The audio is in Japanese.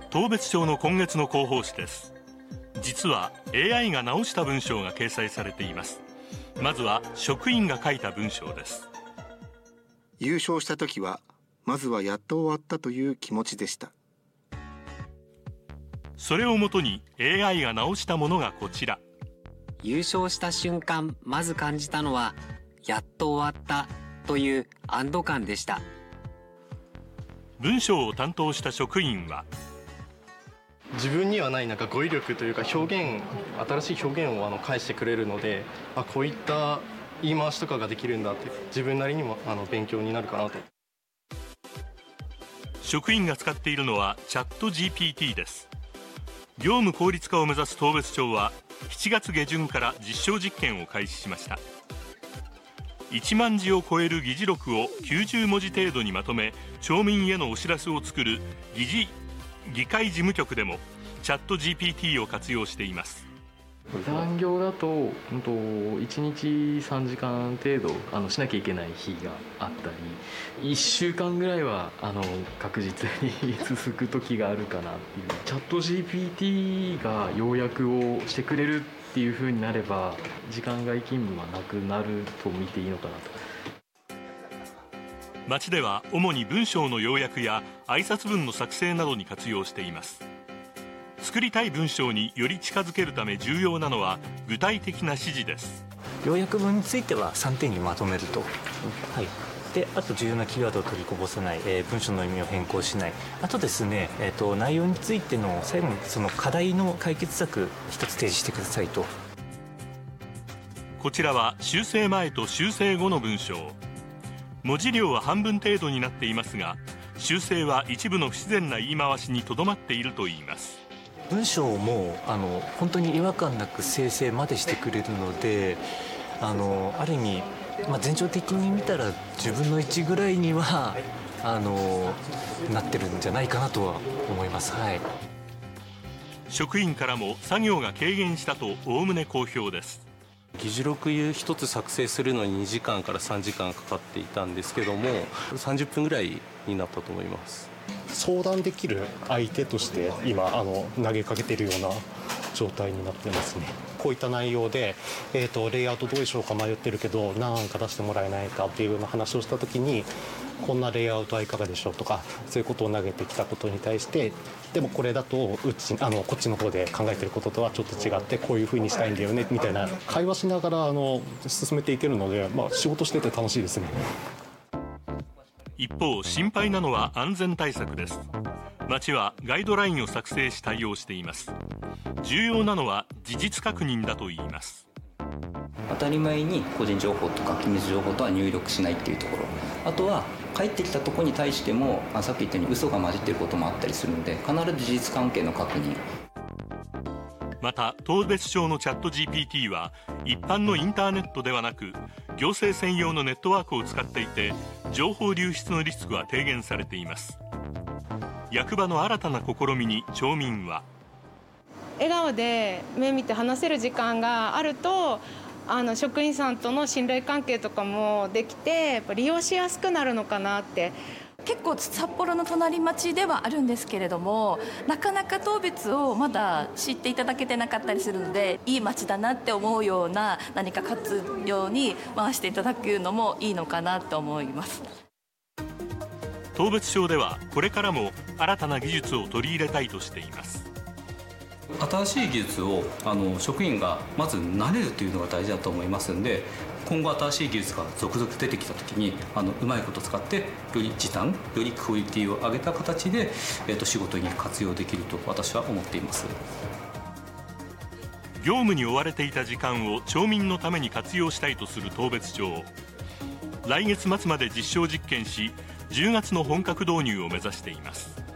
当別町の今月の広報誌です。実は AI が直した文章が掲載されています。まずは職員が書いた文章です。 優勝した時はまずはやっと終わったという気持ちでした。 それをもとに AI が直したものがこちら。 優勝した瞬間まず感じたのはやっと終わったという安堵感でした。 文章を担当した職員は、 自分にはない語彙力というか新しい表現を返してくれるので、こういった言い回しとかができるんだって自分なりにも勉強になるかなと。 職員が使っているのはチャット GPT です。業務効率化を目指す当別町は7月下旬から実証実験を開始しました。1万字を超える議事録を90文字程度にまとめ、町民へのお知らせを作る議会事務局でもチャット GPT を活用しています。 残業だと1日3時間程度しなきゃいけない日があったり、1週間ぐらいは確実に続く時があるかなっていう。チャット GPT が要約をしてくれるっていう風になれば、時間外勤務はなくなると見ていいのかなと。 町では主に文章の要約や挨拶文の作成などに活用しています。作りたい文章により近づけるため重要なのは具体的な指示です。 要約文については3点にまとめると、であと重要なキーワードを取りこぼさない、文章の意味を変更しない、あとですね、内容についての最後にその課題の解決策一つ提示してくださいと。 こちらは修正前と修正後の文章。文字量は半分程度になっていますが、修正は一部の不自然な言い回しにとどまっているといいます。 文章も本当に違和感なく生成までしてくれるので、ある意味、前兆的に見たら10分の1ぐらいにはなってるんじゃないかなとは思います。 職員からも作業が軽減したとおおむね好評です。 議事録一つ作成するのに2時間から3時間かかっていたんですけども、30分ぐらいになったと思います。 相談できる相手として今投げかけているような状態になってますね。こういった内容で、レイアウトどうしようか迷ってるけど何か出してもらえないかっていうような話をした時に、こんなレイアウトはいかがでしょうとか、そういうことを投げてきたことに対して、でもこれだとこっちの方で考えてることとはちょっと違って、こういうふうにしたいんだよねみたいな会話しながら進めていけるので、仕事してて楽しいですね。 一方、心配なのは安全対策です。町はガイドラインを作成し対応しています。重要なのは事実確認だといいます。 当たり前に個人情報とか機密情報とは入力しないっていうところ、あとは帰ってきたところに対してもさっき言ったように嘘が混じっていることもあったりするので、必ず事実関係の確認。 また当別町のチャット GPT は一般のインターネットではなく行政専用のネットワークを使っていて、情報流出のリスクは低減されています。役場の新たな試みに町民は、 笑顔で目見て話せる時間があると職員さんとの信頼関係とかもできて、やっぱ利用しやすくなるのかなって。 結構札幌の隣町ではあるんですけれども、なかなか当別をまだ知っていただけてなかったりするので、いい町だなって思うような何か活用に回していただくのもいいのかなと思います。 当別町ではこれからも新たな技術を取り入れたいとしています。 新しい技術を職員がまず慣れるというのが大事だと思いますので、今後新しい技術が続々出てきたときにうまいこと使ってより時短、よりクオリティを上げた形で、仕事に活用できると私は思っています。 業務に追われていた時間を町民のために活用したいとする当別町。来月末まで実証実験し、10月の本格導入を目指しています。